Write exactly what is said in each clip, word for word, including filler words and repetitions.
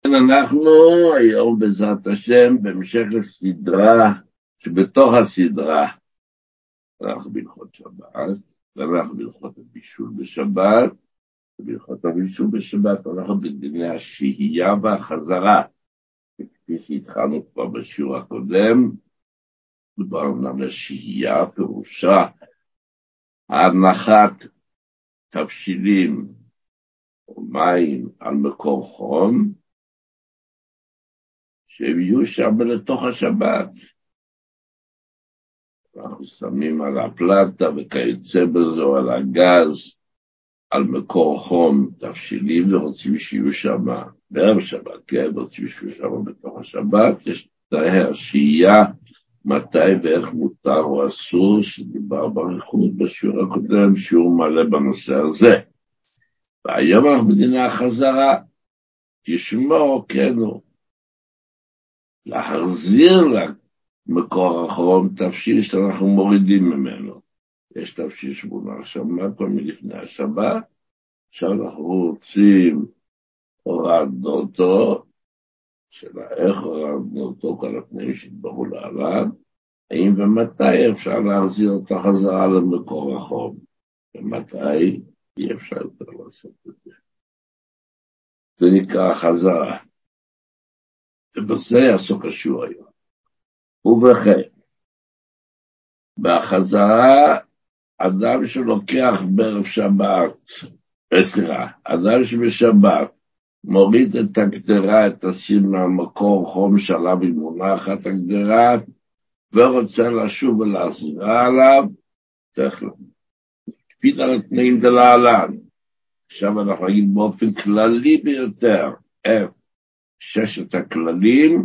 אנחנו היום בעזרת השם בהמשך לסדרה שבתוך הסדרה אנחנו בהלכות שבת, ואנחנו בהלכות הבישול בשבת, ובהלכות הבישול בשבת אנחנו בדיני השהייה והחזרה, כפי שהתחלנו כבר בשיעור הקודם. דיברנו על השהייה, פירושה ההנחת תבשילים או מים על מקור חום, שהם יהיו שם לתוך השבת. אנחנו שמים על הפלטה וכיוצא בזו, על הגז, על מקור חום, תבשילים, ורוצים שיהיו שם בערב שבת, כן, רוצים שיהיו שם בתוך השבת. יש תנאי השהייה, מתי ואיך מותר או אסור, שדיבר באריכות בשיעור הקודם, שיעור מלא בנושא הזה. והיום אנחנו בדיני החזרה, תשמעו, כן, להחזיר למקור החום תבשיל שאנחנו מורידים ממנו. יש תבשיל שמונח שם כבר מלפני השבת, עכשיו אנחנו רוצים הורדנו אותו, שאלה איך הורדנו אותו, כל התנאים שהתבררו להלן, האם ומתי אפשר להחזיר אותו חזרה למקור החום, ומתי אי אפשר יותר לעשות את זה. זה נקרא חזרה. ובזה יעסוק השיעור היום. ובכן, בחזרה, אדם שלוקח בערב שבת, סליחה, אדם שבשבת מוריד את הגדרה, את הסיר מהמקור חום שעליו היא מונחת הגדרה, ורוצה לשוב ולהחזירה עליו, צריך להקפיד על התנאים דלהלן. עכשיו אנחנו נגיד באופן כללי ביותר, F. ששת הכללים,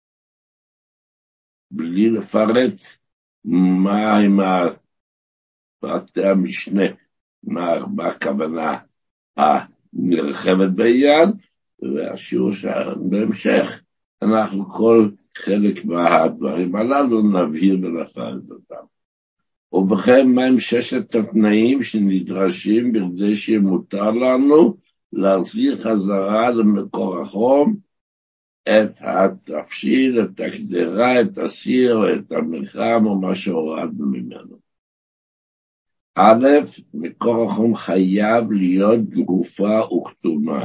בלי לפרט מה עם פרטי המשנה, מה, מה הכוונה הנרחבת בעניין, והשיעור בהמשך, אנחנו כל חלק מהדברים הללו נבהיר ולפרט אותם. ובכן, מה עם ששת התנאים שנדרשים בכדי שמותר לנו להחזיר חזרה למקור החום, את התבשיל, את הגדרה, את הסיר, את המלחם, או מה שהורדנו ממנו. א', מקור החום חייב להיות גרופה וכתומה.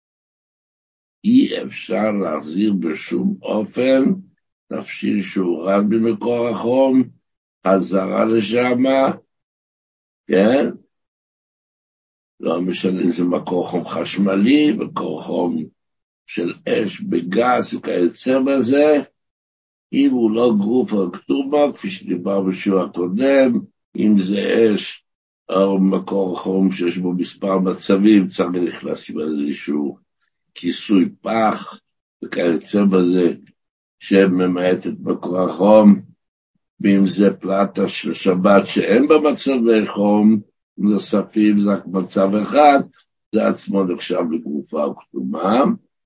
אי אפשר להחזיר בשום אופן תבשיל שהורד במקור החום, חזרה לשם, כן? לא משנה אם זה מקור חום חשמלי, מקור חום של אש בגז וכיוצא בזה, אם הוא לא גרוף או כתובה, כפי שדיבר בשיעור הקודם, אם זה אש או מקור חום שיש בו מספר מצבים, צריך לשים על איזשהו כיסוי פח וכיוצא בזה, שממעט את מקור החום, ואם זה פלטה של שבת שאין בה מצבי חום נוספים, זה רק מצב אחד, זה עצמו נחשב לגרופה או כתומה,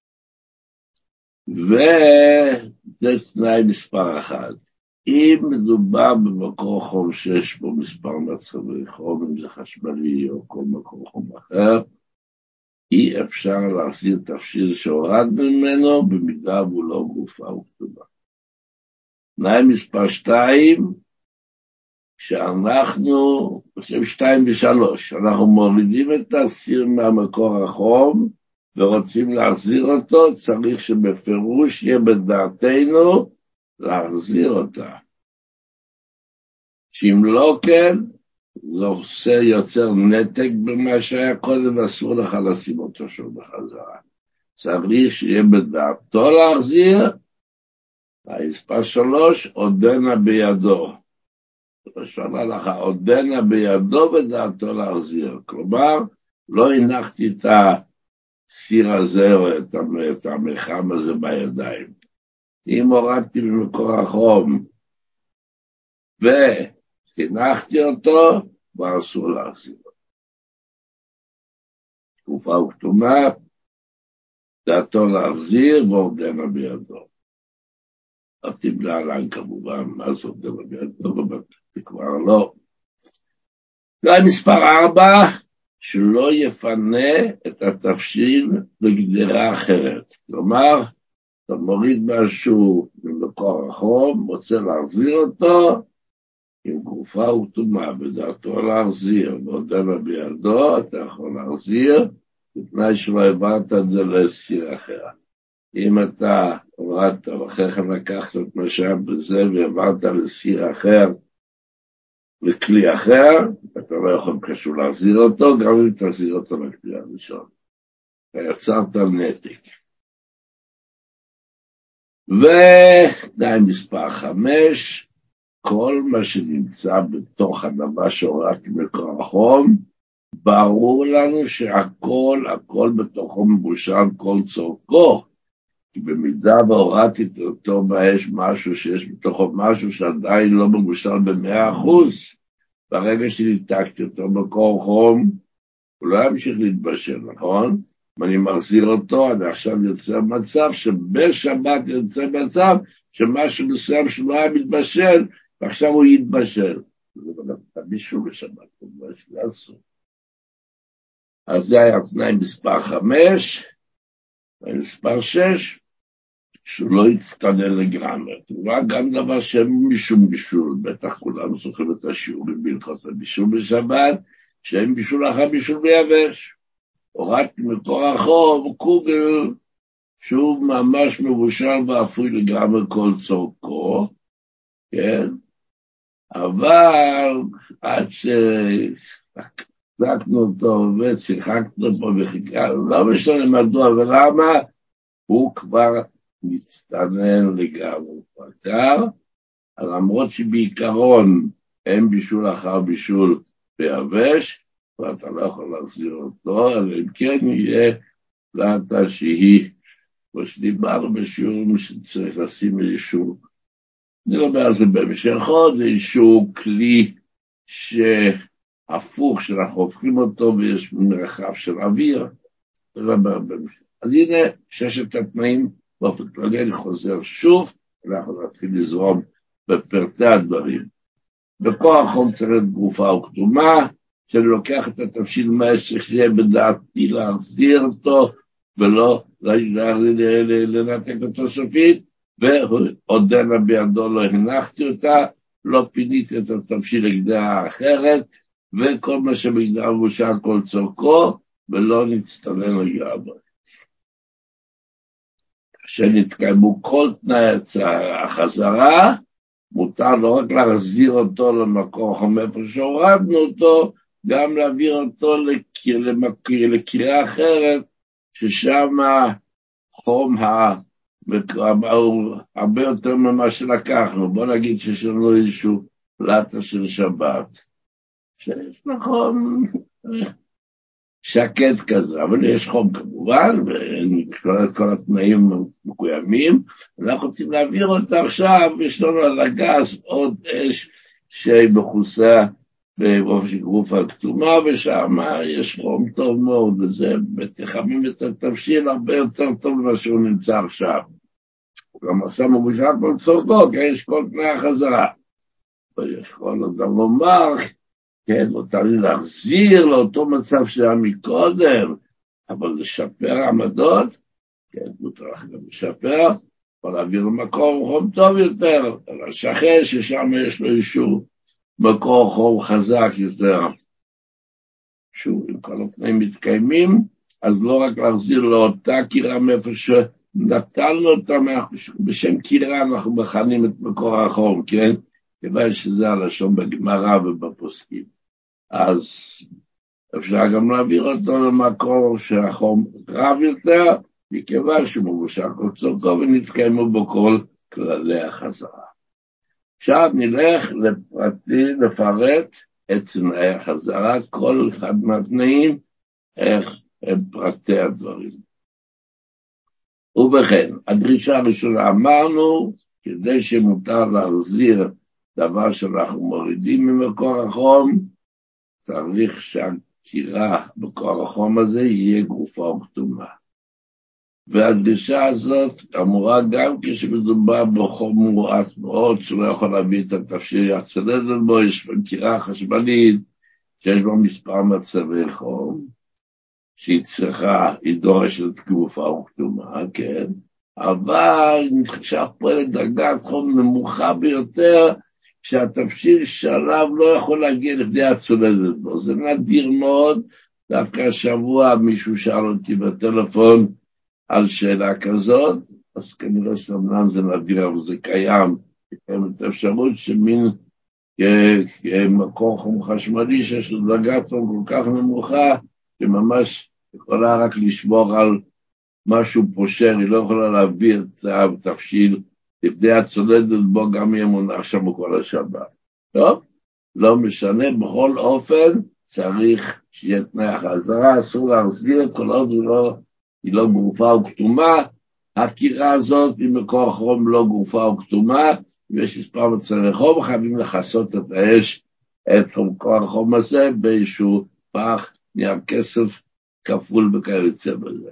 וזה תנאי מספר אחד. אם מדובר במקור חום שיש בו מספר מצבי חום, אם זה חשמלי או כל מקור חום אחר, אי אפשר להחזיר תבשיל שהורד ממנו, במידה והוא לא גרופה או כתומה. תנאי מספר שתיים, שאנחנו, עושים שתיים ושלוש, אנחנו מורידים את הסיר מהמקור החום, ורוצים להחזיר אותו, צריך שבפירוש יהיה בדעתנו להחזיר אותה. שאם לא כן, זה עושה יוצר נתק במה שהיה קודם, ואסור לך לשים אותו שוב בחזרה. צריך שיהיה בדעתו להחזיר, המספר שלוש, עודנה בידו. שאלה לך, עודנה בידו בדעתו להחזיר. כלומר, לא הנחתי את הסיר הזה או את המלחם הזה בידיים. אם הורדתי במקור החום והנחתי אותו, כבר אסור להחזיר. תקופה וכתומה, דעתו להחזיר ועודנה בידו. לא תמלה עליי כמובן, מה זה עודנה בידו, אבל זה כבר לא. תנאי מספר ארבע, שלא יפנה את התבשיל לגדרה אחרת. כלומר, אתה מוריד משהו ממקור החום, רוצה להחזיר אותו, עם גופה וכתומה, בדעתו להחזיר, ועודנה בידו, אתה יכול להחזיר, בתנאי שלא העברת את זה לסיר אחר. אם אתה הורדת, ואחרי כן לקחת את משאב בזה, והעברת לסיר אחר, לכלי אחר, אתה לא יכול קשור להחזיר אותו, גם אם תחזיר אותו לכלי הראשון. ויצרת נתק. ודאי מספר חמש, כל מה שנמצא בתוך הדבר שהורדתי מקור החום, ברור לנו שהכל, הכל בתוכו מבושל כל צורכו, כי במידה והורדתי אותו באש משהו שיש בתוכו משהו שעדיין לא מבושל במאה אחוז, ברגע שניתקתי אותו מקור חום, הוא לא ימשיך להתבשל, נכון? אם אני מחזיר אותו, אני עכשיו יוצא מצב שבשבת יוצא מצב שמשהו מסוים שלא היה מתבשל, ועכשיו הוא יתבשל. זה לא מישהו בשבת, זה אסור. אז זה היה תנאי מספר חמש, מספר שש, שהוא לא יצטנן לגמרי. כלומר, גם דבר שאין משום בישול, בטח כולם זוכרים את השיעורים בהלכות הבישול בשבת, שאין בישול אחר בישול ביבש. הורדתי מקור החום, קוגל, שהוא ממש מבושל ואפוי לגמרי כל צורכו, כן? אבל עד שחזקנו אותו ושיחקנו פה וחיכנו, לא משנה מדוע ולמה, הוא כבר מצטנן לגמרי פקר, למרות שבעיקרון אין בישול אחר בישול ביבש, ואתה לא יכול להחזיר אותו, אבל אם כן יהיה פלטה שהיא, כמו שדיברנו בשיעורים שצריך לשים איזשהו, נדבר על זה בהמשך עוד, איזשהו כלי שהפוך שאנחנו הופכים אותו ויש מרחב של אוויר, אז הנה ששת התנאים, באופן כללי אני חוזר שוב, אנחנו נתחיל לזרום בפרטי הדברים. בכוח חום צריך להיות גופה וכתומה, שאני לוקח את התבשיל מהאש שיהיה בדעתי להחזיר אותו, ולא לנתק אותו סופית, ועודנה בידו לא הנחתי אותה, לא פיניתי את התבשיל לגדרה אחרת, וכל מה שבגדרה מבושל כל צורכו, ולא נצטנן לגמרי. כשנתקיימו כל תנאי החזרה, מותר לא רק להחזיר אותו למקור חום איפה שהורדנו אותו, גם להעביר אותו לקריאה אחרת, ששם החום הרבה יותר ממה שלקחנו. בוא נגיד שיש לנו איזשהו פלטה של שבת, שיש נכון שקט כזה, אבל יש חום כמובן, וכל כל התנאים מקוימים, אנחנו רוצים להעביר אותה עכשיו, יש לנו על הגז עוד אש שהיא מכוסה באופן גוף הכתומה, ושם יש חום טוב מאוד, וזה מתחמים את התבשיל הרבה יותר טוב ממה שהוא נמצא עכשיו. גם עכשיו מבושל כל צורכו, כי יש כל תנאי החזרה. ויכול אדם לומר, כן, מותר לי להחזיר לאותו מצב שהיה מקודם, אבל לשפר עמדות, כן, מותר לך גם לשפר, אבל להעביר למקור חום טוב יותר, לשחרר ששם יש לו אישור מקור חום חזק יותר. שוב, אם כל התנאים מתקיימים, אז לא רק להחזיר לאותה קירה מאיפה שנטלנו אותה, בשם קירה אנחנו מכנים את מקור החום, כן? כיוון שזה הלשון בגמרא ובפוסקים. אז אפשר גם להעביר אותו למקור שהחום רב יותר, מכיוון שהוא מבושל כל צורכו ונתקיימו בו כל כללי החזרה. עכשיו נלך לפרטי, לפרט את תנאי החזרה, כל אחד מהתנאים, איך הם פרטי הדברים. ובכן, הדרישה הראשונה אמרנו, כדי שמותר להחזיר דבר שאנחנו מורידים ממקור החום, צריך שהקירה בקור החום הזה יהיה גופה וכתומה. והדרישה הזאת אמורה גם כשמדובר בחום מועט מאוד, שלא יכול להביא את התבשיל יחצנן בו, יש קירה חשמלית, שיש בו מספר מצבי חום, שהיא צריכה, היא דורשת גופה וכתומה, כן? אבל נחשב פה לדרגת חום נמוכה ביותר, שהתבשיל שלב לא יכול להגיע לכדי הצולדת בו. זה נדיר מאוד, דווקא השבוע מישהו שאל אותי בטלפון על שאלה כזאת, אז כנראה שאומנם זה נדיר, אבל זה קיים, קיימת אפשרות שמין מקור חום חשמלי שיש לו דרגת חום כל כך נמוכה, שממש יכולה רק לשמור על משהו פושר, היא לא יכולה להביא את התבשיל לפני הצולדת בו גם יהיה מונח שם כל השבת. טוב? לא משנה, בכל אופן צריך שיהיה תנאי החזרה, אסור להחזיר כל עוד היא לא, היא לא גרופה או כתומה, הקירה הזאת היא מקור חום לא גרופה או כתומה, ויש מספר מצבי חום, חייבים לחסות את האש, את מקור החום הזה, באיזשהו פח, נייר כסף, כפול וכיוצא בזה.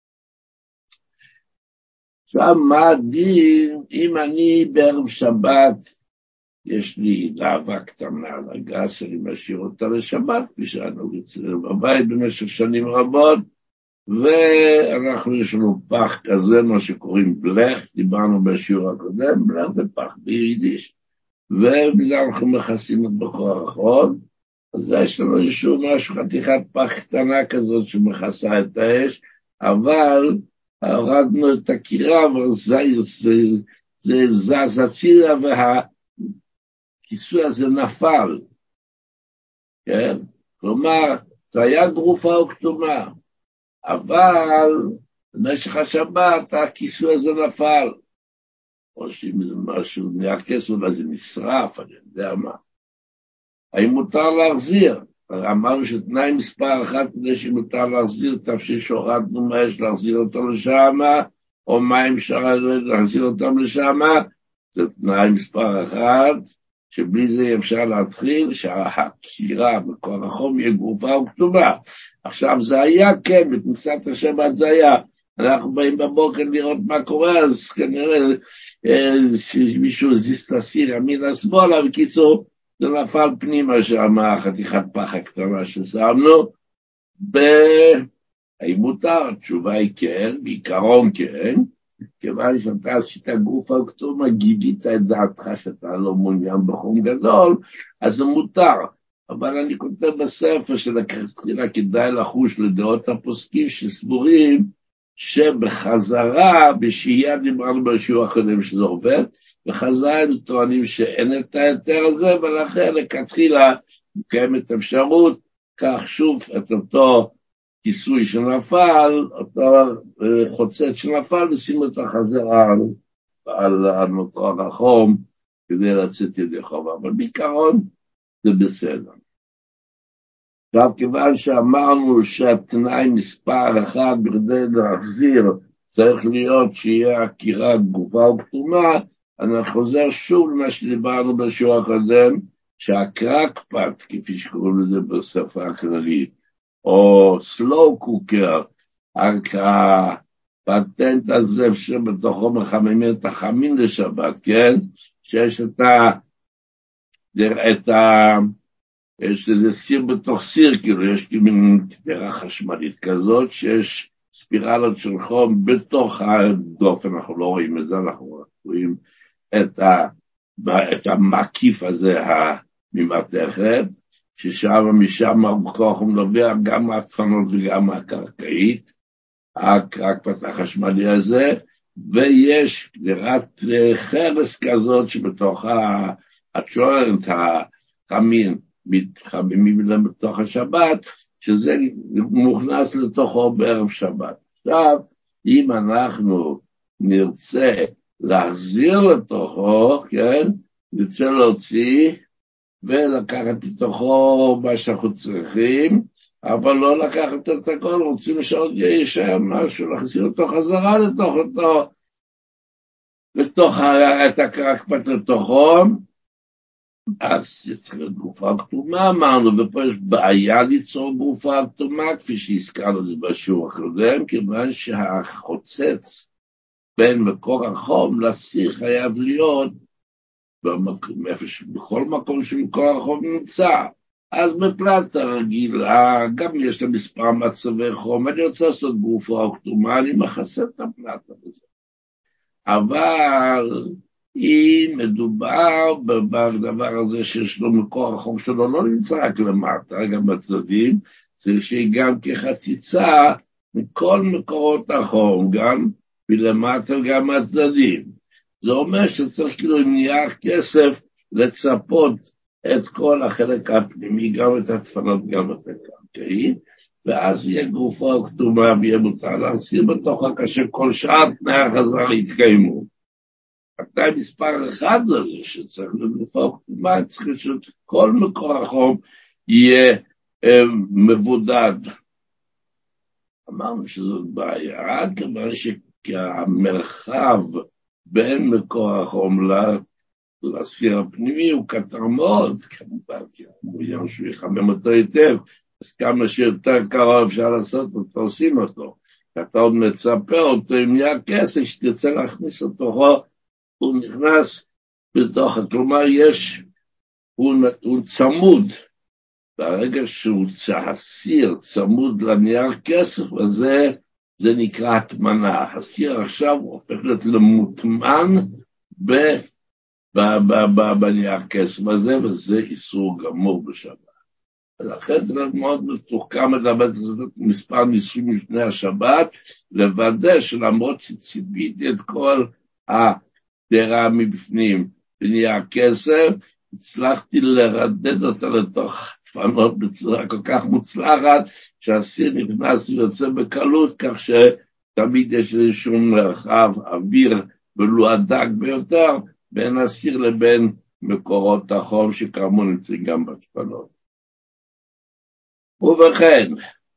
עכשיו, מה הדין אם אני בערב שבת, יש לי להבה קטנה על הגס, אני משאיר אותה לשבת, כפי שאנו אצלנו בבית במשך שנים רבות, ואנחנו יש לנו פח כזה, מה שקוראים בלך, דיברנו בשיעור הקודם, בלך זה פח ביידיש, ובגלל אנחנו מכסים את מקור החום, אז יש לנו איזשהו משהו, חתיכת פח קטנה כזאת שמכסה את האש, אבל הורדנו את הקירה, אבל זה, זה, זה זז הצידה, והכיסוי הזה נפל. כן? כלומר, זה היה גרופה או כתומה, אבל במשך השבת הכיסוי הזה נפל. או שאם זה משהו נהיה כסף, אולי זה נשרף, אני יודע מה. האם מותר להחזיר? אמרנו שתנאי מספר אחת כדי שמותר להחזיר, תפשיל שהורדנו מאש להחזיר אותו לשם, או מים אפשר להחזיר אותם לשם, זה תנאי מספר אחת, שבלי זה אפשר להתחיל, שהקירה מקור החום יהיה גרופה וכתומה. עכשיו זה היה כן, בכניסת השבת זה היה, אנחנו באים בבוקר לראות מה קורה, אז כנראה מישהו הזיז את הסיר ימין לשמאלה, בקיצור, זה נפל פנימה שם, חתיכת פח הקטנה ששמנו, האם מותר? התשובה היא כן, בעיקרון כן, כיוון שאתה עשית גופה וכתומה, גידית את דעתך שאתה לא מעוניין בחום גדול, אז זה מותר. אבל אני כותב בספר שלכתחילה כדאי לחוש לדעות הפוסקים שסבורים שבחזרה, בשהייה דיברנו בשיעור הקודם שזה עובד, בחזרה הם טוענים שאין את היתר הזה, ולכן לכתחילה קיימת אפשרות, כך שוב את אותו כיסוי שנפל, אותו חוצץ שנפל, ושים אותו חזרה על, על, על מקור החום, כדי לצאת ידי חום, אבל בעיקרון זה בסדר. עכשיו, כיוון שאמרנו שהתנאי מספר אחד בכדי להחזיר, צריך להיות שיהיה הקירה גופה וכתומה, אני חוזר שוב למה שדיברנו בשיעור הקודם, שהקרקפט, כפי שקוראים לזה בשפה הכללית, או סלואו קוקר, הפטנט הזה שבתוכו מחממים את החמין לשבת, כן? שיש את ה... את ה... יש איזה סיר בתוך סיר, כאילו יש מין קדרה חשמלית כזאת, שיש ספירלות של חום בתוך הדופן, אנחנו לא רואים את זה, אנחנו רואים את, ה, את המקיף הזה ממתכת, ששם משם מקור החום נובע גם מהדפנות וגם מהקרקעית, הקרקפט החשמלי הזה, ויש קדרת חרס כזאת שבתוך הצ'ורנט החמין, מתחממים להם בתוך השבת, שזה מוכנס לתוכו בערב שבת. עכשיו, אם אנחנו נרצה להחזיר לתוכו, כן, נרצה להוציא ולקחת לתוכו מה שאנחנו צריכים, אבל לא לקחת את הכל, רוצים שעוד יישאר משהו, להחזיר אותו חזרה לתוך אותו, לתוך את הקרקפט לתוכו, אז זה צריך להיות גופה כתומה, אמרנו, ופה יש בעיה ליצור גופה כתומה, כפי שהזכרנו את זה בשיעור הקודם, כיוון שהחוצץ בין מקור החום לסיר חייב להיות במקום, בכל מקום שמקור החום נמצא. אז בפלטה רגילה, גם יש לה מספר מצבי חום, אני רוצה לעשות גופה או כתומה, אני מכסה את הפלטה בזה. אבל אם מדובר בדבר הזה שיש לו מקור החום שלו, לא נמצא רק למטה, גם בצדדים, צריך שהיא גם כחציצה מכל מקורות החום, גם מלמטה וגם מהצדדים. זה אומר שצריך כאילו עם נייר כסף לצפות את כל החלק הפנימי, גם את הדפנות, גם את הקרקעי, ואז יהיה גופה או כתומה ויהיה מותר להסיר בתוך הקשה כל שעה תנאי החזרה להתקיימו. התנאי מספר אחד זה שצריך לגופה או כתומה, צריך שכל מקור החום יהיה אה, מבודד. אמרנו שזאת בעיה, כיוון שהמרחב בין מקור החום לסיר הפנימי הוא קטן מאוד, כמובן, כי הוא יום שהוא יחמם אותו היטב, אז כמה שיותר קרוב אפשר לעשות אותו, עושים אותו. אתה עוד מצפה אותו עם נייר כסף, שתרצה להכניס אותו, הוא נכנס בתוך, כלומר יש, הוא, הוא צמוד, ברגע שהוא הסיר צמוד לנייר כסף, וזה זה נקרא התמנה. הסיר עכשיו הופך להיות למוטמן ב, ב, ב, ב, בנייר כסף הזה, וזה איסור גמור בשבת. ולכן זה מאוד מתוחכם לדבר מספר ניסויים לפני השבת, לוודא שלמרות שציפיתי את כל הדרה מבפנים בנייר כסף, הצלחתי לרדד אותה לתוך דפנות בצורה כל כך מוצלחת, שהסיר נכנס ויוצא בקלות, כך שתמיד יש איזשהו מרחב אוויר ולו הדק ביותר, בין הסיר לבין מקורות החום שכאמור נמצאים גם בדפנות. ובכן,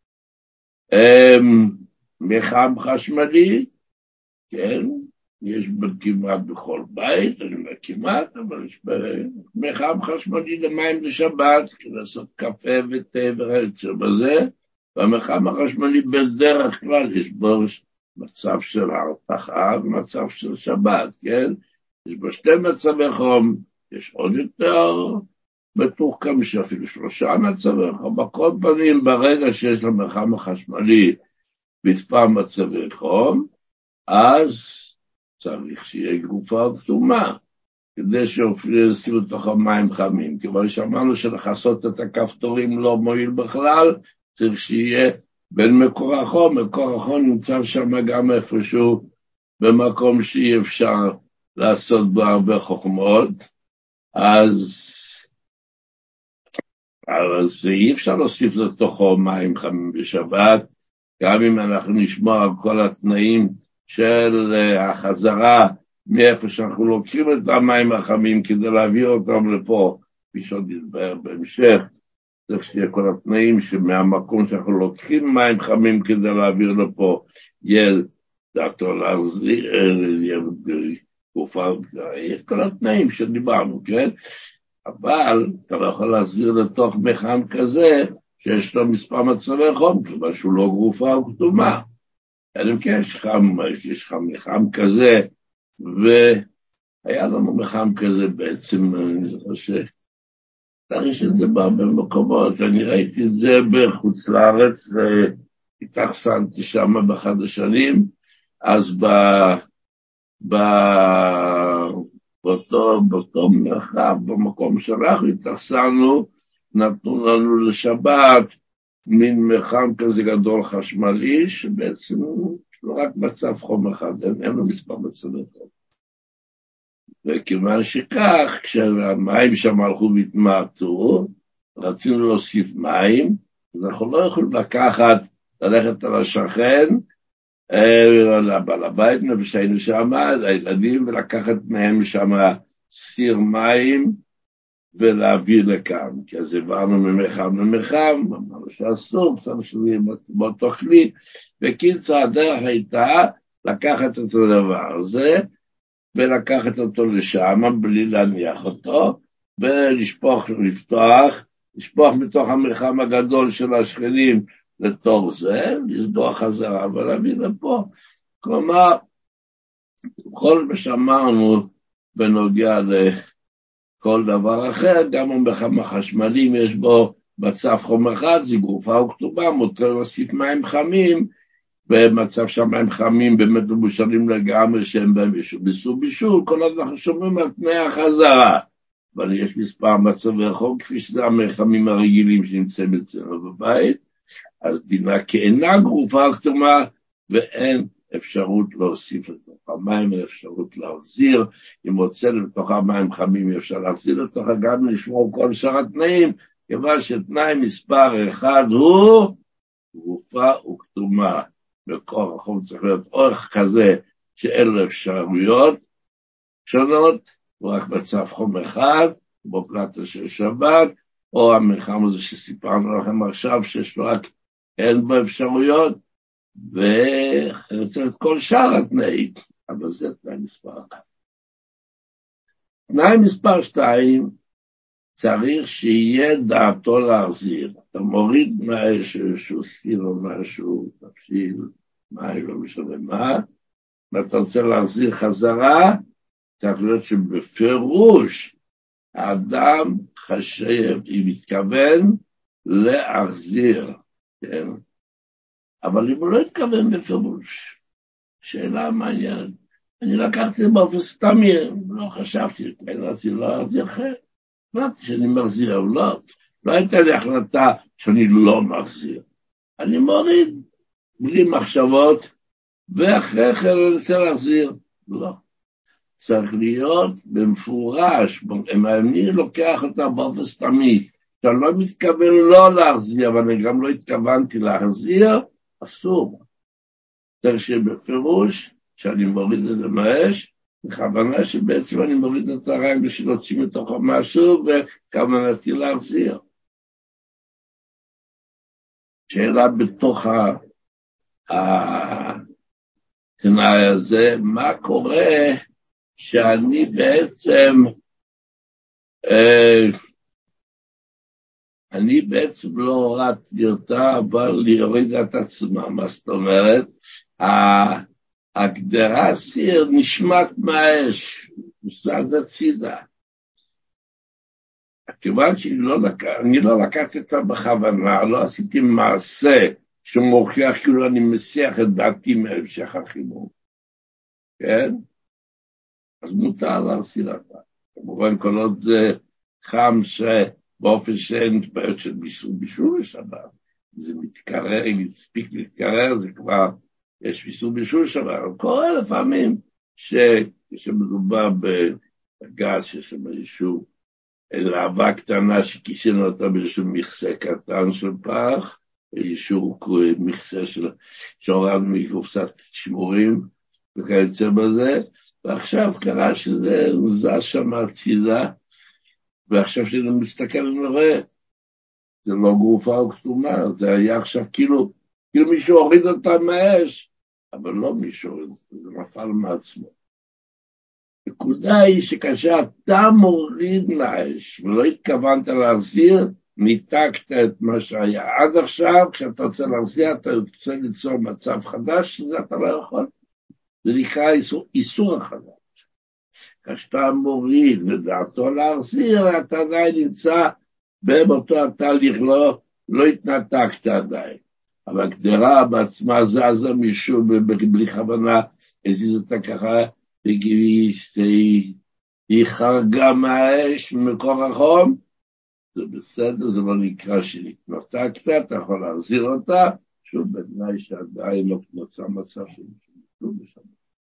מחם חשמלי, כן, יש כמעט בכל בית, אני אומר כמעט, אבל יש מחם חשמלי למים לשבת, כדי לעשות קפה ותה ורצר בזה, והמחם החשמלי בדרך כלל יש בו מצב של הרתחה ומצב של שבת, כן? יש בו שתי מצבי חום, יש עוד יותר מתוחכם שאפילו שלושה מצבי חום, בכל פנים ברגע שיש למחם החשמלי מספר מצבי חום, אז צריך שיהיה גופה כתומה, כדי שישימו לתוך המים חמים, כיוון שאמרנו שלחסות את הכפתורים לא מועיל בכלל, צריך שיהיה בין מקור החום, מקור החום נמצא שם גם איפשהו, במקום שאי אפשר לעשות בו הרבה חוכמות, אז, אז אי אפשר להוסיף לתוכו מים חמים בשבת, גם אם אנחנו נשמור על כל התנאים של החזרה מאיפה שאנחנו לוקחים את המים החמים כדי להעביר אותם לפה, כפי שעוד ידבר בהמשך, צריך שיהיה כל התנאים שמהמקום שאנחנו לוקחים מים חמים כדי להעביר לפה, יהיה דעתו להחזיר, יהיה גופה, יהיה כל התנאים שדיברנו, כן? אבל אתה לא יכול להחזיר לתוך מחם כזה, שיש לו מספר מצבי חום, כיוון שהוא לא גופה או כתומה. אלא כן, יש חם, יש חם מחם כזה, והיה לנו מחם כזה בעצם, אני זוכר שתריש את זה בהרבה מקומות, אני ראיתי את זה בחוץ לארץ, והתאכסנתי שם באחד השנים, אז ב... ב... באותו, באותו מרחב, במקום שאנחנו התאכסנו, נתנו לנו לשבת מין מחם כזה גדול חשמלי, שבעצם יש לו רק מצב חום אחד, אין, אין לו מספר מצבי חום. וכיוון שכך, כשהמים שם הלכו והתמעטו, רצינו להוסיף מים, אז אנחנו לא יכולים לקחת, ללכת על השכן, לבעל הבית, שהיינו שם, לילדים, ולקחת מהם שם סיר מים, ולהביא לכאן, כי אז עברנו ממחם למחם, אמרנו שאסור, צריך שזה יהיה באותו כלי, וקיצור הדרך הייתה לקחת את הדבר הזה, ולקחת אותו לשם, בלי להניח אותו, ולשפוך, לפתוח, לשפוך מתוך המחם הגדול של השכנים לתוך זה, לסגור חזרה ולהביא לפה. כלומר, כל מה שאמרנו בנוגע ל... כל דבר אחר, גם המחם החשמלים יש בו מצב חום אחד, זה גרופה וכתובה, מותר להוסיף מים חמים, במצב שהמים חמים באמת מבושלים לגמרי, שהם בהם בישול בישול, כל עוד אנחנו שומרים על תנאי החזרה. אבל יש מספר מצבי חום, כפי שזה המחמים הרגילים שנמצאים אצלנו בבית, אז דינה כאינה גרופה וכתובה, ואין אפשרות להוסיף לתוך המים, אין אפשרות להחזיר, אם רוצה לתוך המים חמים אפשר להחזיר לתוך גם לשמור כל שאר התנאים, כיוון שתנאי מספר אחד הוא גרופה וכתומה, וכוח החום צריך להיות אורך כזה שאין לו אפשרויות שונות, הוא רק מצב חום אחד, כמו פלטה של שבת, או המלחם הזה שסיפרנו לכם עכשיו, שיש לו רק אין בו אפשרויות, וצריך את כל שאר התנאים, אבל זה תנאי מספר אחת. תנאי מספר שתיים, צריך שיהיה דעתו להחזיר. אתה מוריד משהו סיר או משהו, תפשיל, מים, לא משנה מה, ואתה רוצה להחזיר חזרה, צריך להיות שבפירוש האדם חשב, אם מתכוון להחזיר, כן? אבל אם הוא לא התכוון בפירוש, שאלה מעניינת, אני לקחתי באופן סתמי, לא חשבתי, קראתי לא אחזיר אחר, אמרתי שאני מחזיר, לא, לא הייתה לי החלטה שאני לא מחזיר, אני מוריד בלי מחשבות, ואחרי כן אני רוצה להחזיר, לא. צריך להיות במפורש, אם אני לוקח אותה באופן סתמי, שאני לא מתכוון לא להחזיר, אבל אני גם לא התכוונתי להחזיר, אסור. צריך שבפירוש, שאני מוריד את זה מהאש, בכוונה שבעצם אני מוריד את הרק בשביל להוציא מתוכו משהו, וכוונתי להחזיר. שאלה בתוך התנאי הזה, מה קורה שאני בעצם, אה, אני בעצם לא הורדתי אותה, אבל היא הורידה את עצמה, מה זאת אומרת? הגדרה סיר נשמט מהאש, נשמט הצידה. כיוון שאני לא, לק... לא לקחתי אותה בכוונה, לא עשיתי מעשה שמוכיח כאילו אני מסיח את דעתי מהמשך החיבור. כן? אז מותר להסיר אותה. כמובן כל עוד זה חם שבאופן שאין בעיות של בישול בישול לשבת. זה מתקרר, אם יספיק להתקרר, זה כבר, יש בישול בישול שבת. אבל קורה לפעמים שכשמדובר בגז שיש שם איזשהו להבה קטנה שכיסינו אותה באיזשהו מכסה קטן של פח, איזשהו מכסה של שהורדנו מקופסת שמורים וכיוצא בזה, ועכשיו קרה שזה זז שם הצידה, ועכשיו שאני מסתכל אני רואה, זה לא גרופה או כתומה, זה היה עכשיו כאילו, כאילו מישהו הוריד אותה מהאש, אבל לא מישהו הוריד אותה, זה נפל מעצמו. נקודה היא שכאשר אתה מוריד מהאש, ולא התכוונת להחזיר, ניתקת את מה שהיה עד עכשיו, כשאתה רוצה להחזיר, אתה רוצה ליצור מצב חדש, שזה אתה לא יכול. זה נקרא איסור, איסור החדש. כשאתה מוריד ודעתו להחזיר, אתה עדיין נמצא באותו התהליך, לא, לא התנתקת עדיין. אבל הגדרה בעצמה זזה מישהו בלי כוונה, הזיז אותה ככה, היא חרגה מהאש ממקור החום, זה בסדר, זה לא נקרא שנתנתקת, אתה יכול להחזיר אותה, שוב בתנאי שעדיין לא נוצר מצב של משהו בשבת.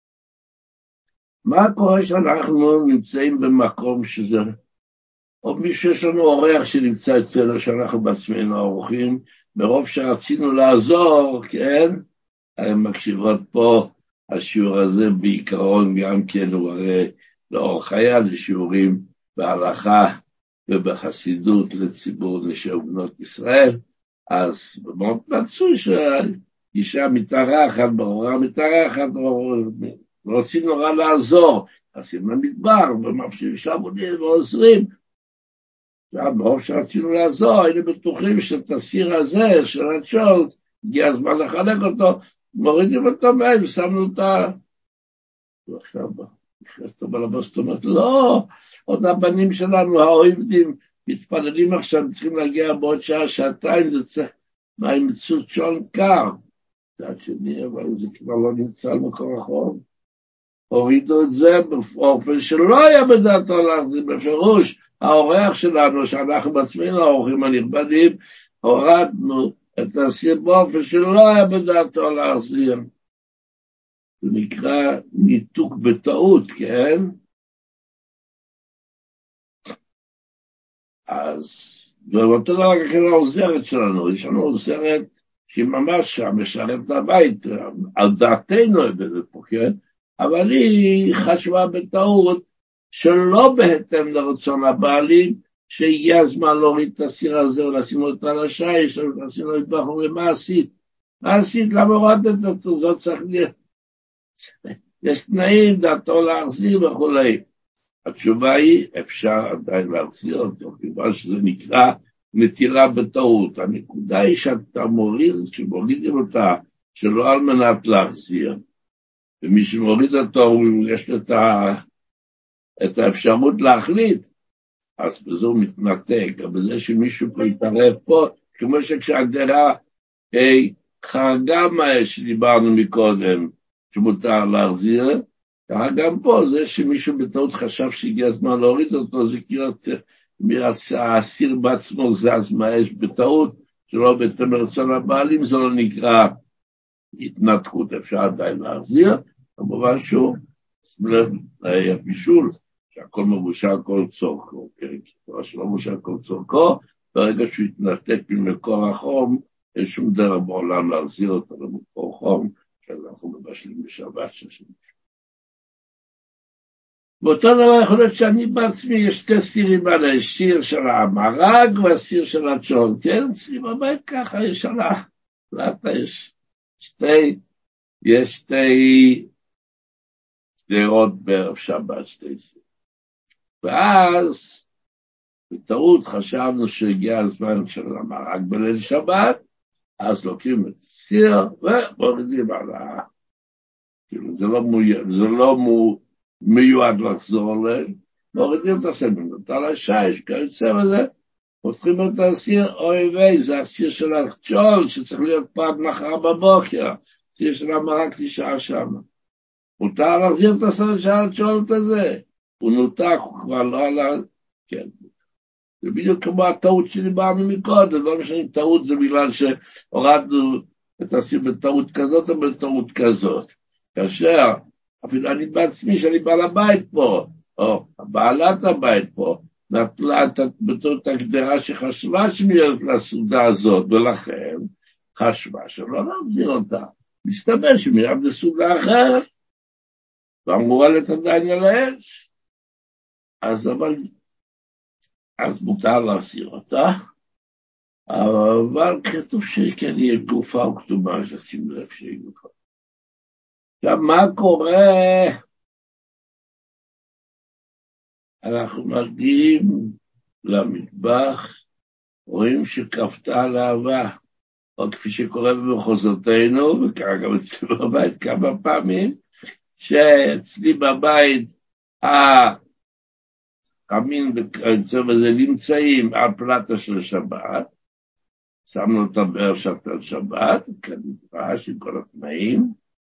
מה קורה שאנחנו נמצאים במקום שזה, או מישהו יש לנו אורח שנמצא אצלנו שאנחנו בעצמנו ערוכים, מרוב שרצינו לעזור, כן, הם מקשיבות פה, השיעור הזה בעיקרון גם כן הוא הרי לאור חיה לשיעורים בהלכה ובחסידות לציבור נשי ובנות ישראל, אז מאוד מצוי שהאישה מתארחת, ברורה מתארחת, רוצים נורא לעזור, עושים למדבר, ומפשיעים שלבונים ועוזרים, ברוב שרצינו לעזור, היינו בטוחים שאת הסיר הזה של הצ'ולט, הגיע הזמן לחלק אותו, מורידים אותו מהם, שמנו אותה, ועכשיו נכנסת בלבוס, זאת אומרת, לא, עוד הבנים שלנו, העובדים, מתפללים עכשיו, צריכים להגיע בעוד שעה, שעתיים, זה צריך, מה עם מציאות שעון קר? מצד שני, אבל זה כבר לא נמצא על מקור החום. הורידו את זה באופן שלא היה בדעתו להחזיר, בפירוש, האורח שלנו, שאנחנו בעצמנו האורחים הנכבדים, הורדנו את האסיר באופן שלא היה בדעתו להחזיר. זה נקרא ניתוק בטעות, כן? אז, ואותו דבר ככה העוזרת שלנו, יש לנו עוזרת שהיא ממש משרת את הבית, על דעתנו עובדת פה, כן? אבל היא חשבה בטעות שלא בהתאם לרצון הבעלים, שהגיע הזמן להוריד את הסיר הזה ולשים אותו על השיש, ולשים לו לדוח אומרים, מה עשית? מה עשית? למה הורדת אותו? זאת צריך להיות. יש תנאים, דעתו להחזיר וכולי. התשובה היא, אפשר עדיין להחזיר אותו, כיוון שזה נקרא נטילה בטעות. הנקודה היא שאתה מוריד, שמורידים אותה, שלא על מנת להחזיר. ומי שמוריד אותו, יש לו את, ה... את האפשרות להחליט, אז בזה הוא מתנתק, אבל בזה שמישהו פה יתערב פה, כמו שכשהגדרה hey, חרגה מה שדיברנו מקודם, שמותר להחזיר, ככה גם פה, זה שמישהו בטעות חשב שהגיע הזמן להוריד אותו, זה כאילו האסיר בעצמו זז מהאש בטעות, שלא בהתאם לרצון הבעלים, זה לא נקרא התנתקות, אפשר עדיין להחזיר, כמובן שהוא, שימו לב, הבישול, שהכל מבושל כל צורכו, כן? כיוון שלא מבושל כל צורכו, ברגע שהוא יתנתק ממקור החום, אין שום דרך בעולם להחזיר אותו למקור חום, שאנחנו מבשלים בשבת ששם. באותו דבר יכול להיות שאני בעצמי, יש שתי סירים עליי, שיר של המרג והסיר של הצ'ון, כן? אצלי בבית ככה, יש על הפלטה, יש שתי, יש שתי שדרות בערב שבת, שתי סירים. ואז, בטעות חשבנו שהגיע הזמן של המרג בליל שבת, אז לוקחים את סיר ומורידים על ה... כאילו, זה לא מיועד, זה לא מיועד לחזור להם, מורידים את הסמנות על השיש, כיוצא בזה, פותחים את הסיר, אוי ווי, זה הסיר של הצ'ול, שצריך להיות פעם מחר בבוקר, סיר של המרק תשעה שם. מותר להחזיר את הסיר של הצ'ול הזה, הוא נותק, הוא כבר לא עלה, כן. זה בדיוק כמו הטעות שדיברנו מקודם, לא משנה, טעות זה בגלל שהורדנו את הסיר בטעות כזאת או בטעות כזאת. כאשר, אפילו אני בעצמי שאני בעל הבית פה, או בעלת הבית פה, נטלה את בטעות הגדרה שחשבה שמירת לסעודה הזאת, ולכן חשבה שלא להחזיר אותה. מסתבר שמירת לסעודה אחרת, ואמורה לתדעין על האש. אז אבל... אז מותר להסיר אותה, אבל כתוב שכן יהיה גופה וכתובה, ששים לב שיהיה גופה. עכשיו, מה קורה? אנחנו מגיעים למטבח, רואים שכפתה להבה, או כפי שקורה במחוזותינו, וככה גם אצלי בבית כמה פעמים, שאצלי בבית, ה... חמין וכיוצא בזה נמצאים על פלטה של שבת, שמנו אותה בערב של שבת, כנדרש עם כל התנאים,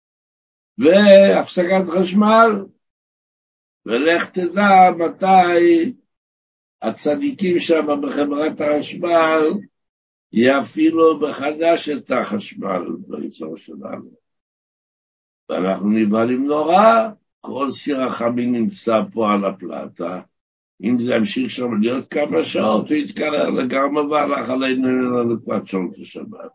והפסקת חשמל, ולך תדע מתי הצדיקים שם בחברת החשמל יפעילו בחדש את החשמל באזור שלנו. ואנחנו נבהלים נורא, כל סיר החמין נמצא פה על הפלטה, אם זה ימשיך שם להיות כמה שעות, הוא יתקרר לגמרי והלך עלינו לנקודת שעות השבת.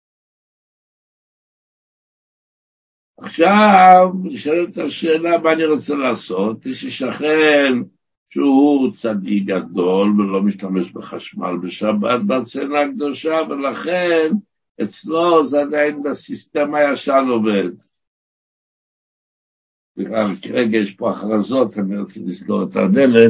עכשיו, נשאלת השאלה מה אני רוצה לעשות, יש ששכן שהוא צדיק גדול ולא משתמש בחשמל בשבת בצנה הקדושה, ולכן אצלו זה עדיין בסיסטם הישן עובד. כרגע יש פה הכרזות, אני רוצה לסגור את הדלת.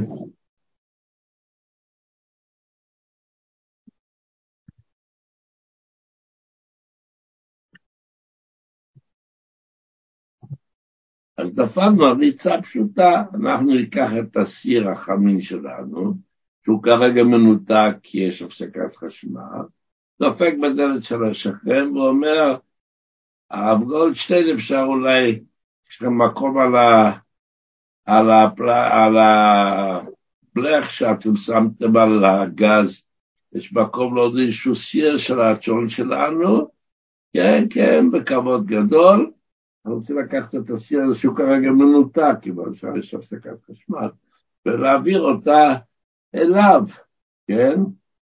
אז נפלנו על ריצה פשוטה, אנחנו ניקח את הסיר החמין שלנו, שהוא כרגע מנותק כי יש הפסקת חשמל, דופק בדלת של השכן ואומר, הרב גולדשטיין, אפשר אולי, יש לכם מקום על ה... על הפל... על הבלך שאתם שמתם על הגז, יש מקום לעוד איזשהו סיר של הצ'ון שלנו, כן, כן, בכבוד גדול, אני רוצה לקחת את הסיר הזה שהוא כרגע מנותק, כיוון שיש הפסקת חשמל, ולהעביר אותה אליו, כן?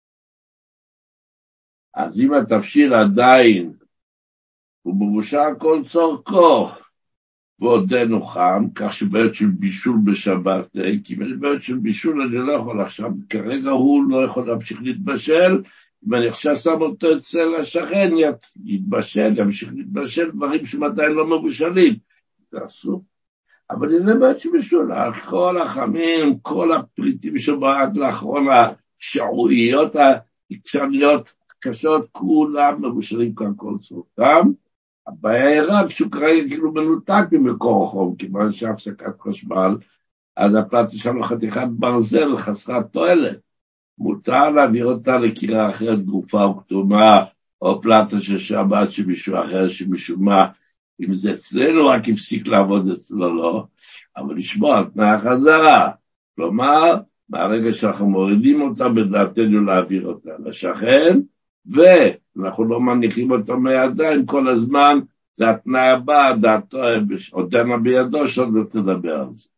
אז אם התפשיל עדיין הוא מבושל כל צורכו, ועודנו חם, כך שבעת של בישול בשבת, כי בעת של בישול אני לא יכול עכשיו, כרגע הוא לא יכול להמשיך להתבשל, אם אני עכשיו שם אותו אצל השכן, יתבשל, ימשיך להתבשל, דברים שמתי לא מבושלים, זה אסור. אבל הנה בעת של בישול, כל החמים, כל הפריטים שבאת לאחרונה, השעועיות העקשניות קשות, כולם מבושלים כאן כל צורכם, הבעיה היא רק שהוא כרגע כאילו מנותק ממקור החום, כיוון שהפסקת חשמל, אז הפלטה שלנו חתיכת ברזל חסרת תועלת. מותר להעביר אותה לקירה אחרת, גופה או כתומה, או פלטה של שבת שמישהו אחר שמשום מה, אם זה אצלנו רק הפסיק לעבוד אצלו לא, אבל לשמוע על תנאי החזרה. כלומר, מהרגע שאנחנו מורידים אותה, בדעתנו להעביר אותה לשכן, ואנחנו לא מניחים אותו מידיים כל הזמן, זה התנאי הבא, דעתו, עודנה בידו, שעוד לא תדבר על זה.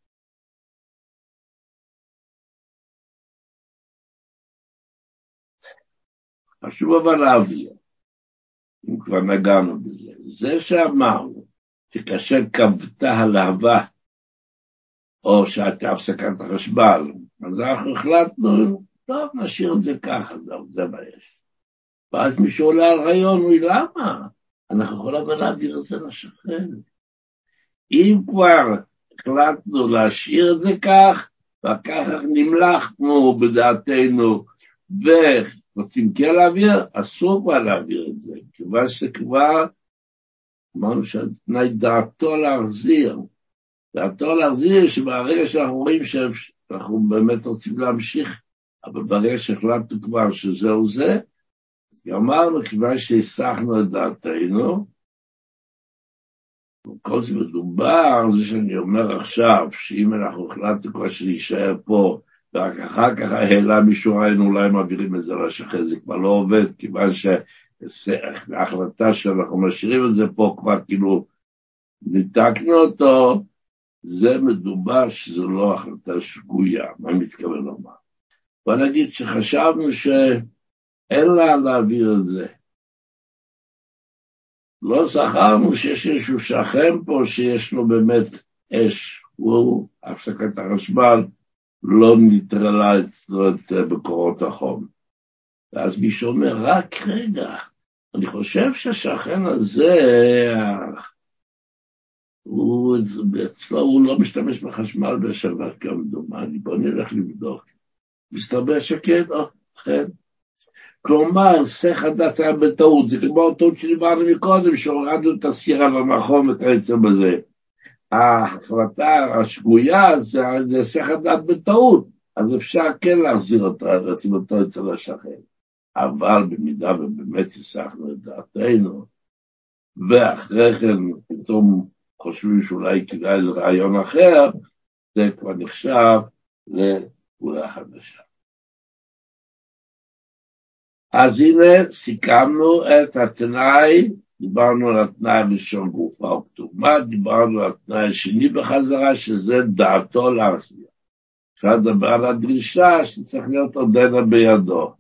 חשוב אבל להביא, אם כבר נגענו בזה, זה שאמרנו, שכאשר כבתה הלהבה, או שהייתה הפסקת החשמל, אז אנחנו החלטנו, טוב, נשאיר את זה ככה, זה מה יש. ואז מישהו עולה על רעיון, הוא למה? אנחנו יכולים להעביר את זה לשכן. אם כבר החלטנו להשאיר את זה כך, וכך נמלכנו בדעתנו, ורוצים כן להעביר, אסור כבר להעביר את זה, כיוון שכבר אמרנו שהתנאי דעתו להחזיר, דעתו להחזיר שברגע שאנחנו רואים שאנחנו באמת רוצים להמשיך, אבל ברגע שהחלטנו כבר שזהו זה, אמרנו, כיוון שהסחנו את דעתנו, וכל זה מדובר, זה שאני אומר עכשיו, שאם אנחנו החלטנו כבר שנשאר פה, ורק אחר כך העלה מישהו ראינו, אולי מעבירים את זה לשכן, זה כבר לא עובד, כיוון שההחלטה שאנחנו משאירים את זה פה, כבר כאילו ניתקנו אותו, זה מדובר שזו לא החלטה שגויה, מה אני מתכוון לומר? בוא נגיד שחשבנו ש... אין לה להעביר את זה. לא זכרנו שיש איזשהו שכן פה שיש לו באמת אש, הוא הפסקת החשמל לא נטרלה אצלו את מקורות החום. ואז מישהו אומר, רק רגע, אני חושב שהשכן הזה, הוא, אצלו הוא לא משתמש בחשמל בשבת כמדומני, בוא נלך לבדוק. מסתבר שכן, או, כן. כלומר, סך הדת היה בטעות, זה כמו הטעות שדיברנו מקודם, שהורדנו את הסיר על המחום וכיוצא בזה. ההחלטה השגויה זה, זה סך הדת בטעות, אז אפשר כן להחזיר אותו, לשים אותו אצל השכן. אבל במידה ובאמת הסחנו את דעתנו, ואחרי כן פתאום חושבים שאולי כדאי לרעיון אחר, זה כבר נחשב לפעולה חדשה. אז הנה סיכמנו את התנאי, דיברנו על התנאי הראשון גופה או כתומה, דיברנו על התנאי השני בחזרה, שזה דעתו להחזיר. אפשר לדבר על הדרישה שצריך להיות עודנה בידו.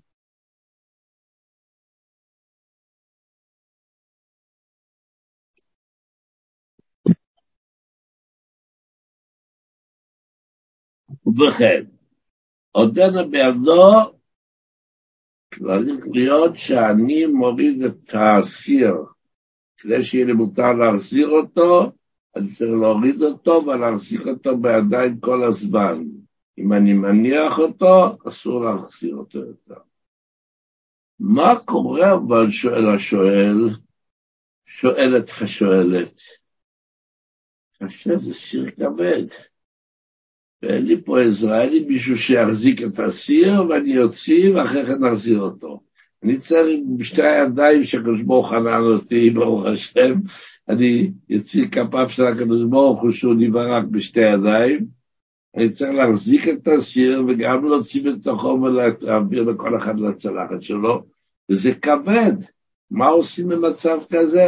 ובכן, עודנה בידו, צריך להיות שאני מוריד את הסיר, כדי שיהיה לי מותר להחזיר אותו, אני צריך להוריד אותו ולהחזיק אותו בידיים כל הזמן. אם אני מניח אותו, אסור להחזיר אותו יותר. מה קורה אבל שואל השואל, שואלת השואלת, כאשר זה סיר כבד, ואין לי פה עזרה, אין לי מישהו שיחזיק את הסיר, ואני יוציא, ואחרי כן נחזיר אותו. אני צריך בשתי הידיים שהקדוש ברוך הוא חנן אותי, ברוך השם, אני יוציא כפיו של הקדוש ברוך הוא שהוא נברק בשתי ידיים, אני צריך להחזיק את הסיר, וגם להוציא בתוכו ולהעביר לכל אחד לצלחת שלו, וזה כבד. מה עושים במצב כזה?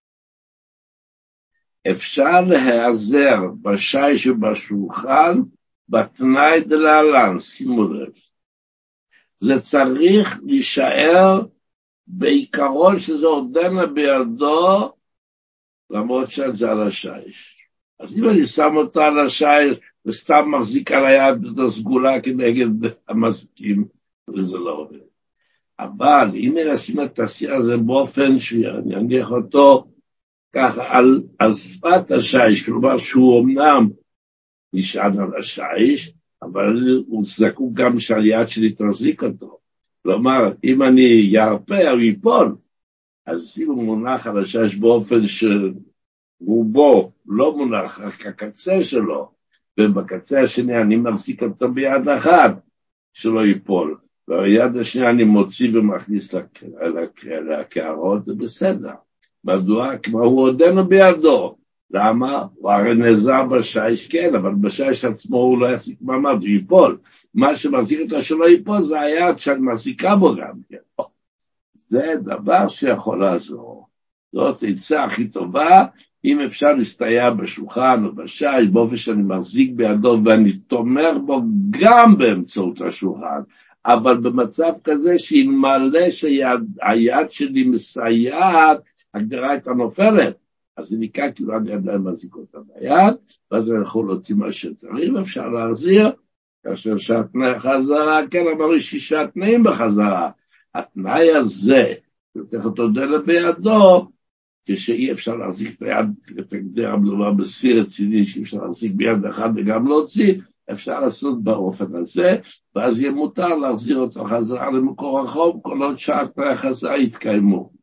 אפשר להיעזר בשיש ובשולחן, בתנאי דלהלן, שימו לב. זה צריך להישאר בעיקרון שזה עודנה בידו, למרות שזה על השיש. אז אם אני שם אותה על השיש, וסתם מחזיק על היד את הסגולה כנגד המזיקים, וזה לא עובד. אבל אם נשים את הסיר הזה באופן שאני אניח אותו ככה על, על שפת השיש, כלומר שהוא אמנם נשען על השיש, אבל הוא זקוק גם שהיד שלי תחזיק אותו. כלומר, אם אני ירפה או ייפול, אז אם הוא מונח על השיש באופן שרובו לא מונח, רק הקצה שלו, ובקצה השני אני מחזיק אותו ביד אחת, שלא ייפול. והיד השנייה אני מוציא ומכניס לקערות, זה בסדר. מדוע? כמו הוא עודנו בידו. למה? הוא הרי נעזר בשיש, כן, אבל בשיש עצמו הוא לא יחזיק מעמד, הוא ייפול. מה שמחזיק אותו שלא ייפול זה היד שאני מחזיקה בו גם, כן. זה דבר שיכול לעזור. זאת עצה הכי טובה, אם אפשר להסתייע בשולחן או בשיש, באופן שאני מחזיק בידו ואני תומך בו גם באמצעות השולחן, אבל במצב כזה שאלמלא שהיד שלי מסייעת, הגדרה הייתה נופלת, אז אני כאן כאילו אני עדיין מחזיק אותה ביד, ואז אני יכול להוציא מה שצריך, אפשר להחזיר, כאשר שהתנאי חזרה, כן, אבל יש שישה תנאים בחזרה. התנאי הזה, יותר אותו דלת בידו, כשאי אפשר להחזיק את היד, את הגדר המדובר בסיר רציני, שאי אפשר להחזיק ביד אחד וגם להוציא, אפשר לעשות באופן הזה, ואז יהיה מותר להחזיר אותו חזרה למקור החום, כל עוד שהתנאי החזרה יתקיימו.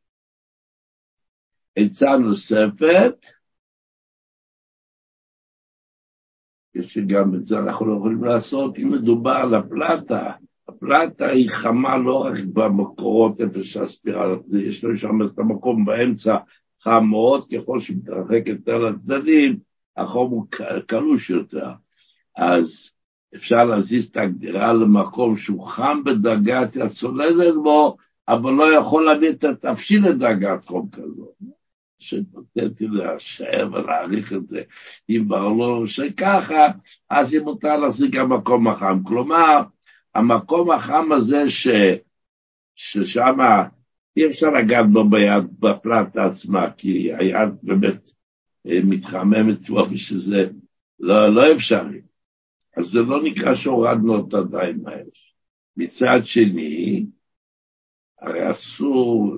עצה נוספת, שגם את זה אנחנו לא יכולים לעשות, אם מדובר על הפלטה, הפלטה היא חמה לא רק במקורות איפה שהספירה, יש לו שם את המקום באמצע חם מאוד, ככל שמתרחק יותר לצדדים, החום הוא קלוש יותר, אז אפשר להזיז את הגדירה למקום שהוא חם בדרגת הצולדת בו, אבל לא יכול להביא את התפשיל לדרגת חום כזאת. שפתתי להשאר ולהעריך את זה, אם ברור שככה, אז אם מותר להחזיק המקום החם. כלומר, המקום החם הזה ש, ששם אי אפשר לגעת בו ביד, בפלטה עצמה, כי היד באמת מתחממת באופן שזה לא, לא אפשרי. אז זה לא נקרא שהורדנו את הידיים האש. מצד שני, הרי אסור,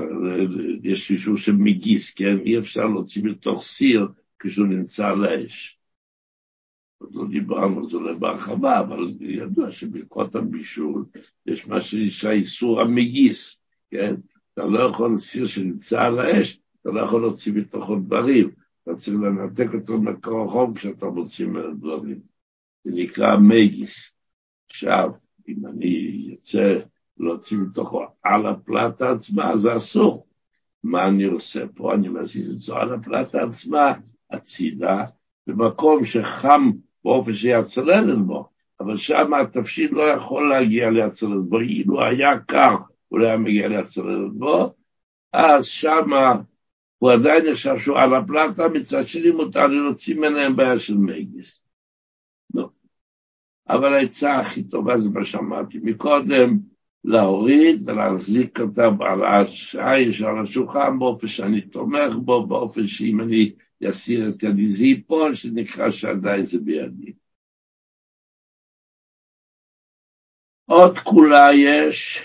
יש אישור שמגיס, כן? אי אפשר להוציא מתוך סיר כשהוא נמצא על האש. עוד לא דיברנו על זה בהרחבה, אבל ידוע שברכות הבישול יש מה שנקרא איסור המגיס, כן? אתה לא יכול סיר שנמצא על האש, אתה לא יכול להוציא מתוכו דברים, אתה צריך לנתק אותו מקור החום כשאתה מוציא דברים. זה נקרא מגיס. עכשיו, אם אני יוצא להוציא מתוכו על הפלטה עצמה, זה אסור. מה אני עושה פה? אני מזיז את זה על הפלטה עצמה, הצידה, במקום שחם באופן שיצוללת בו, אבל שם התפשיל לא יכול להגיע ליצוללת בו, אילו היה קר, הוא לא היה מגיע ליצוללת בו, אז שם הוא עדיין נחשב שהוא על הפלטה, מצד שני מותר להוציא מנהם בעיה של מגיס. לא. אבל העצה הכי טובה זה מה שאמרתי מקודם, להוריד ולהחזיק אותה על השיש, על השולחן, באופן שאני תומך בו, באופן שאם אני יסיר את ידי זה ייפול, שנקרא שעדיין זה בידי. עוד כולה יש,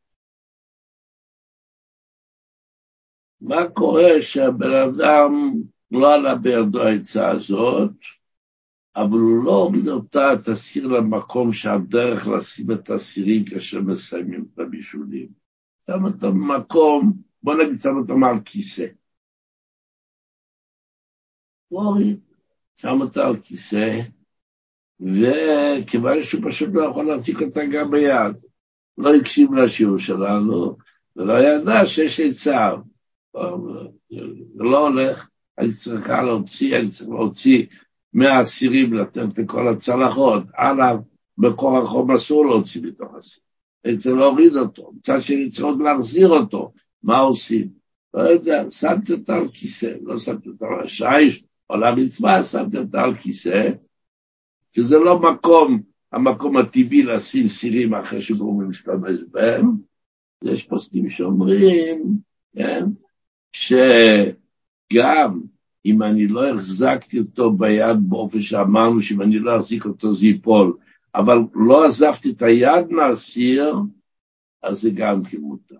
מה קורה שהבן אדם לא עלה בידו העצה הזאת, אבל הוא לא עומד אותה את הסיר למקום שהדרך לשים את הסירים כאשר מסיימים את הבישולים. שם אותו במקום, בוא נגיד שם אותו על כיסא. שם אותו על כיסא, וכיוון שהוא פשוט לא יכול להחזיק אותה גם ביד. לא הקשיב לשיעור שלנו, ולא ידע שיש עצה. זה לא הולך, אני צריכה להוציא, אני צריך להוציא מהאסירים לתת לכל הצלחות, עליו מקור החום אסור להוציא מתוך הסיר. אני צריך להוריד אותו, מצד שני צריך עוד להחזיר אותו, מה עושים? לא יודע, שמתי אותה על כיסא, לא שמתי אותה על השיש, או למצווה, שמתי אותה על כיסא, שזה לא מקום, המקום הטבעי לשים סירים אחרי שגורמים להשתמש בהם. יש פוסקים שאומרים, כן, שגם אם אני לא החזקתי אותו ביד באופן שאמרנו שאם אני לא אחזיק אותו זה ייפול, אבל לא עזבתי את היד מהסיר, אז זה גם כמותר.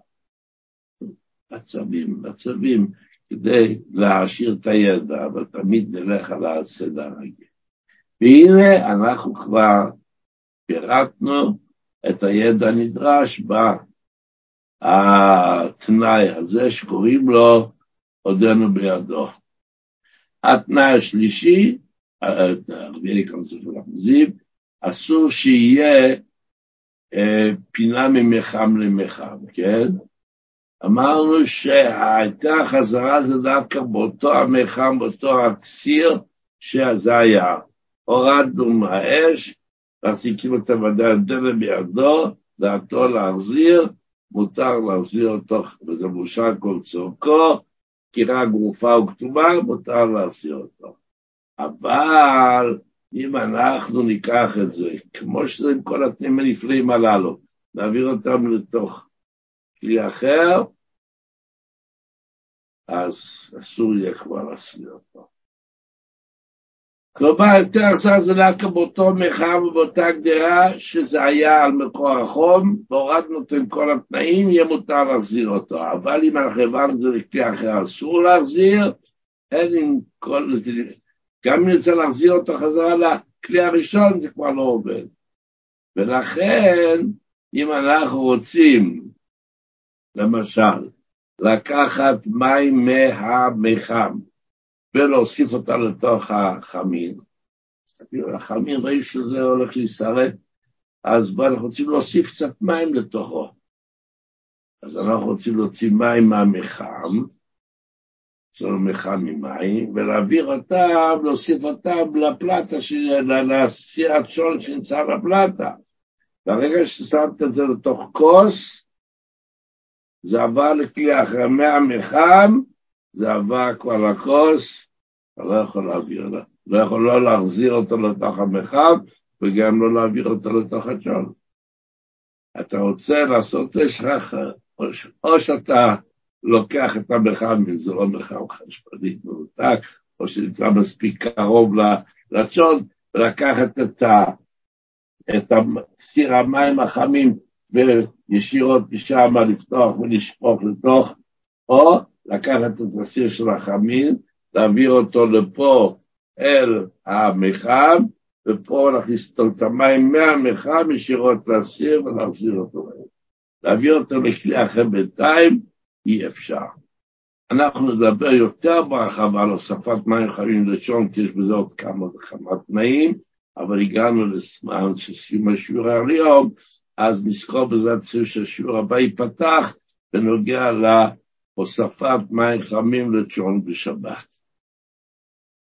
מצבים, מצבים, כדי להשאיר את הידע, אבל תמיד נלך על הסדר הרגיל. והנה אנחנו כבר פירטנו את הידע הנדרש בתנאי הזה שקוראים לו עודנו בידו. התנאי השלישי, הרביעי כאן צריך להחזיב, אסור שיהיה אה, פינה ממחם למחם, כן? אמרנו שהייתה חזרה זה דווקא באותו המחם, באותו הסיר שזה היה. הורדנו מהאש, מחזיקים את הדלת בידו, דעתו להחזיר, מותר להחזיר אותו, וזה בושה כל צורכו, כי רק גרופה וכתובה, מותר להחזיר אותו. אבל אם אנחנו ניקח את זה, כמו שזה עם כל התנאים הנפלאים הללו, נעביר אותם לתוך כלי אחר, אז אסור יהיה כבר להחזיר אותו. כלומר, יותר עכשיו זה רק באותו מחם ובאותה גדרה שזה היה על מקור החום, והורדנו את כל התנאים, יהיה מותר להחזיר אותו. אבל אם אנחנו הבנו זה לכלי אחר, אסור להחזיר, אין עם כל... גם אם נצא להחזיר אותו חזרה לכלי הראשון, זה כבר לא עובד. ולכן, אם אנחנו רוצים, למשל, לקחת מים מהמחם, ולהוסיף אותה לתוך החמין. החמין ראי שזה הולך להישרט, אז בוא, אנחנו רוצים להוסיף קצת מים לתוכו. אז אנחנו רוצים להוציא מים מהמחם, יש לנו מחם ממים, ולהעביר אותם, להוסיף אותם לפלטה, לסיר הצ'ון שנמצא בפלטה. ברגע ששמת את זה לתוך כוס, זה עבר לכלי אחר מהמחם, זה עבר כבר לכוס, אתה לא יכול להעביר, לא, לא יכול לא להחזיר אותו לתוך המחם, וגם לא להעביר אותו לתוך הצ'ון. אתה רוצה לעשות אשכח, או, או שאתה לוקח את המחם, אם זה לא מחם חשמלית מנותק, או שנמצא מספיק קרוב לצ'ון, ולקחת את, ה, את סיר המים החמים, וישירות משם לפתוח ולשפוך לתוך, או לקחת את הסיר של החמין, להעביר אותו לפה אל המחם, ופה להכניס את המים מהמחם ישירות לסיר ולהחזיר אותו. להעביר אותו לכלי אחר בינתיים, אי אפשר. אנחנו נדבר יותר בהרחבה על הוספת מים חמים לצ'ון, כי יש בזה עוד כמה וכמה תנאים, אבל הגענו לזמן של סיום השיעור היום, אז נזכור בזה שהשיעור הבא ייפתח, בנוגע להוספת מים חמים לצ'ון בשבת.